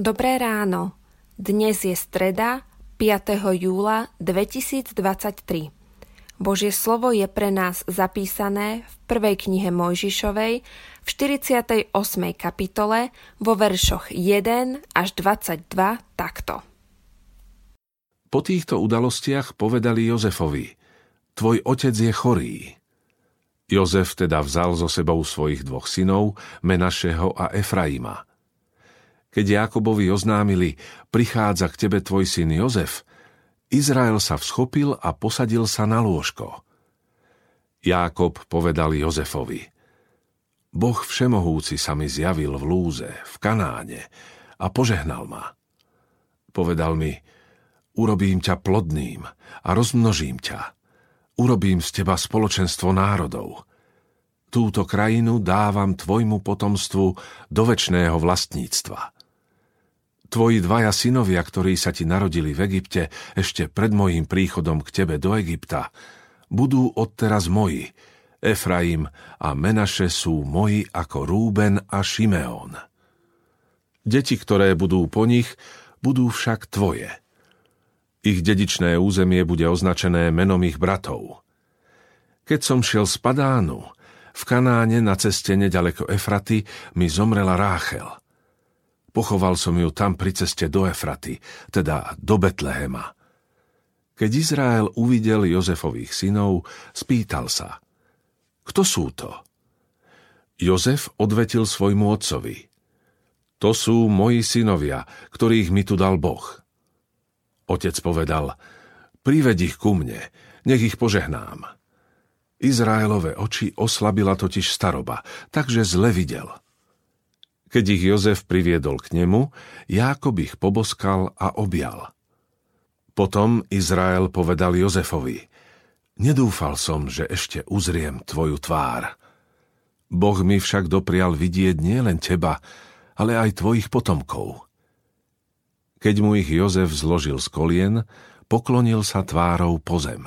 Dobré ráno. Dnes je streda, 5. júla 2023. Božie slovo je pre nás zapísané v prvej knihe Mojžišovej v 48. kapitole vo veršoch 1 až 22 takto. Po týchto udalostiach povedali Jozefovi: Tvoj otec je chorý. Jozef teda vzal so sebou svojich dvoch synov, Menašeho a Efraima. Keď Jákobovi oznámili: Prichádza k tebe tvoj syn Jozef, Izrael sa vschopil a posadil sa na lôžko. Jákob povedal Jozefovi: Boh všemohúci sa mi zjavil v lúze, v Kanáne a požehnal ma. Povedal mi: Urobím ťa plodným a rozmnožím ťa. Urobím z teba spoločenstvo národov. Túto krajinu dávam tvojmu potomstvu do večného vlastníctva. Tvoji dvaja synovia, ktorí sa ti narodili v Egypte ešte pred mojím príchodom k tebe do Egypta, budú odteraz moji. Efraim a Menaše sú moji ako Rúben a Šimeón. Deti, ktoré budú po nich, budú však tvoje. Ich dedičné územie bude označené menom ich bratov. Keď som šiel z Padánu, v Kanáne na ceste neďaleko Efraty mi zomrela Ráchel. Pochoval som ju tam pri ceste do Efraty, teda do Betlehema. Keď Izrael uvidel Jozefových synov, spýtal sa: Kto sú to? Jozef odvetil svojmu otcovi: To sú moji synovia, ktorých mi tu dal Boh. Otec povedal: Priveď ich ku mne, nech ich požehnám. Izraelove oči oslabila totiž staroba, takže zle videl. Keď ich Jozef priviedol k nemu, Jákob ich poboskal a objal. Potom Izrael povedal Jozefovi: Nedúfal som, že ešte uzriem tvoju tvár. Boh mi však doprial vidieť nielen teba, ale aj tvojich potomkov. Keď mu ich Jozef zložil z kolien, poklonil sa tvárou po zem.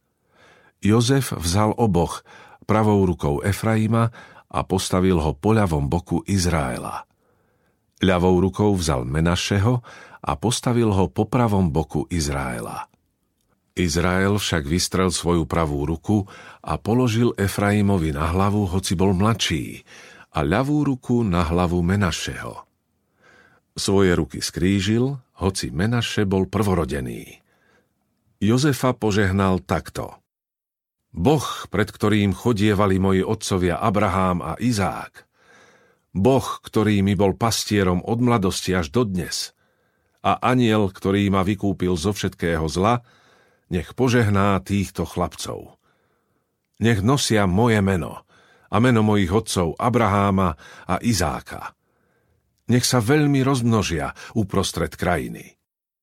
Jozef vzal oboch, pravou rukou Efraima, a postavil ho po ľavom boku Izraela. Ľavou rukou vzal Menašeho a postavil ho po pravom boku Izraela. Izrael však vystrel svoju pravú ruku a položil Efraimovi na hlavu, hoci bol mladší, a ľavú ruku na hlavu Menašeho. Svoje ruky skrížil, hoci Menaše bol prvorodený. Jozefa požehnal takto: Boh, pred ktorým chodievali moji otcovia Abrahám a Izák, Boh, ktorý mi bol pastierom od mladosti až dodnes, a anjel, ktorý ma vykúpil zo všetkého zla, nech požehná týchto chlapcov. Nech nosia moje meno a meno mojich otcov Abraháma a Izáka. Nech sa veľmi rozmnožia uprostred krajiny.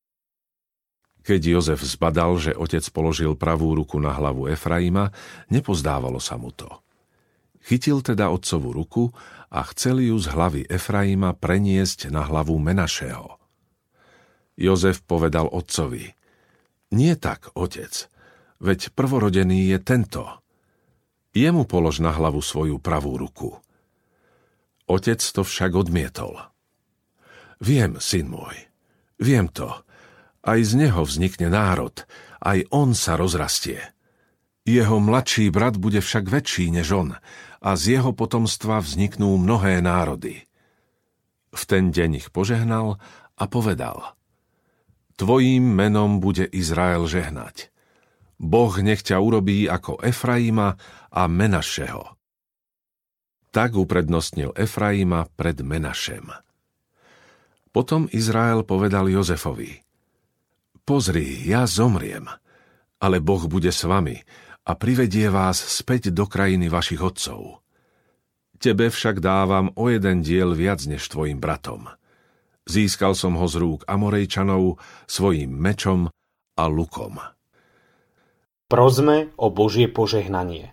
Keď Jozef zbadal, že otec položil pravú ruku na hlavu Efraima, nepozdávalo sa mu to. Chytil teda otcovú ruku a chcel ju z hlavy Efraima preniesť na hlavu Menašeho. Jozef povedal otcovi: Nie tak, otec, veď prvorodený je tento. Jemu polož na hlavu svoju pravú ruku. Otec to však odmietol. Viem, syn môj, viem to. Aj z neho vznikne národ, aj on sa rozrastie. Jeho mladší brat bude však väčší než on, a z jeho potomstva vzniknú mnohé národy. V ten deň ich požehnal a povedal: Tvojím menom bude Izrael žehnať. Boh nech ťa urobí ako Efraima a Menašeho. Tak uprednostnil Efraima pred Menašem. Potom Izrael povedal Jozefovi: Pozri, ja zomriem, ale Boh bude s vami a privedie vás späť do krajiny vašich otcov. Tebe však dávam o jeden diel viac než tvojim bratom. Získal som ho z rúk Amorejčanov svojím mečom a lukom. Prosme o Božie požehnanie.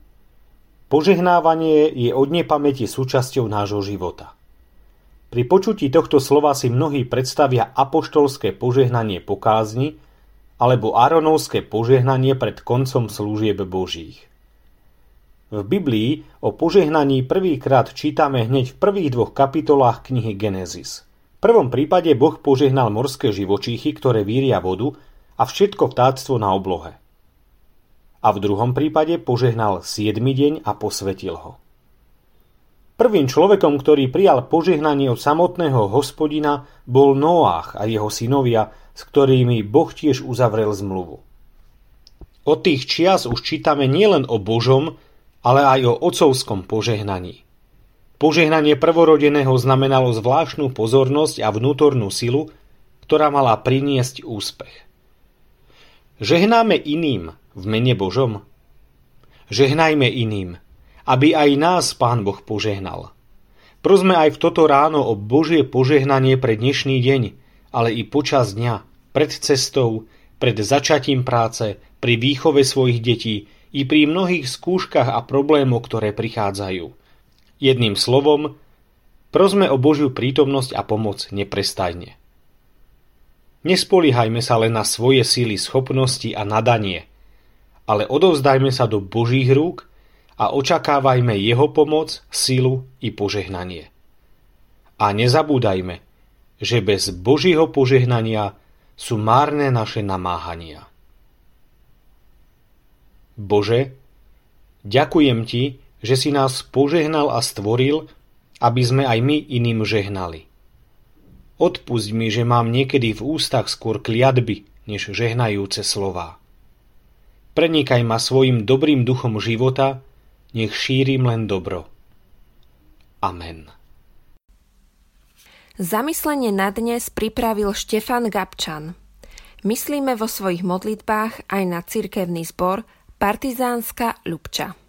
Požehnávanie je od nepamäti súčasťou nášho života. Pri počutí tohto slova si mnohí predstavia apoštolské požehnanie po kázni alebo Áronovské požehnanie pred koncom služieb Božích. V Biblii o požehnaní prvýkrát čítame hneď v prvých 2 kapitolách knihy Genesis. prvom prípade Boh požehnal morské živočíchy, ktoré víria vodu, a všetko vtáctvo na oblohe. A v druhom prípade požehnal 7. deň a posvetil ho. Prvým človekom, ktorý prijal požehnanie od samotného Hospodina, bol Noách a jeho synovia, s ktorými Boh tiež uzavrel zmluvu. Od tých čias už čítame nielen o Božom, ale aj o otcovskom požehnaní. Požehnanie prvorodeného znamenalo zvláštnu pozornosť a vnútornú silu, ktorá mala priniesť úspech. Žehnáme iným v mene Božom? Žehnajme iným, aby aj nás Pán Boh požehnal. Prosme aj v toto ráno o Božie požehnanie pre dnešný deň, ale i počas dňa, pred cestou, pred začatím práce, pri výchove svojich detí i pri mnohých skúškach a problémoch, ktoré prichádzajú. Jedným slovom, prosme o Božiu prítomnosť a pomoc neprestajne. Nespoliehajme sa len na svoje síly, schopnosti a nadanie, ale odovzdajme sa do Božích rúk a očakávajme jeho pomoc, silu i požehnanie. A nezabúdajme, že bez Božieho požehnania sú márne naše namáhania. Bože, ďakujem Ti, že si nás požehnal a stvoril, aby sme aj my iným žehnali. Odpusť mi, že mám niekedy v ústach skôr kliatby, než žehnajúce slová. Prenikaj ma svojim dobrým duchom života, nech šírim len dobro. Amen. Zamyslenie na dnes pripravil Štefan Gabčan. Myslíme vo svojich modlitbách aj na cirkevný zbor Partizánska Ľubča.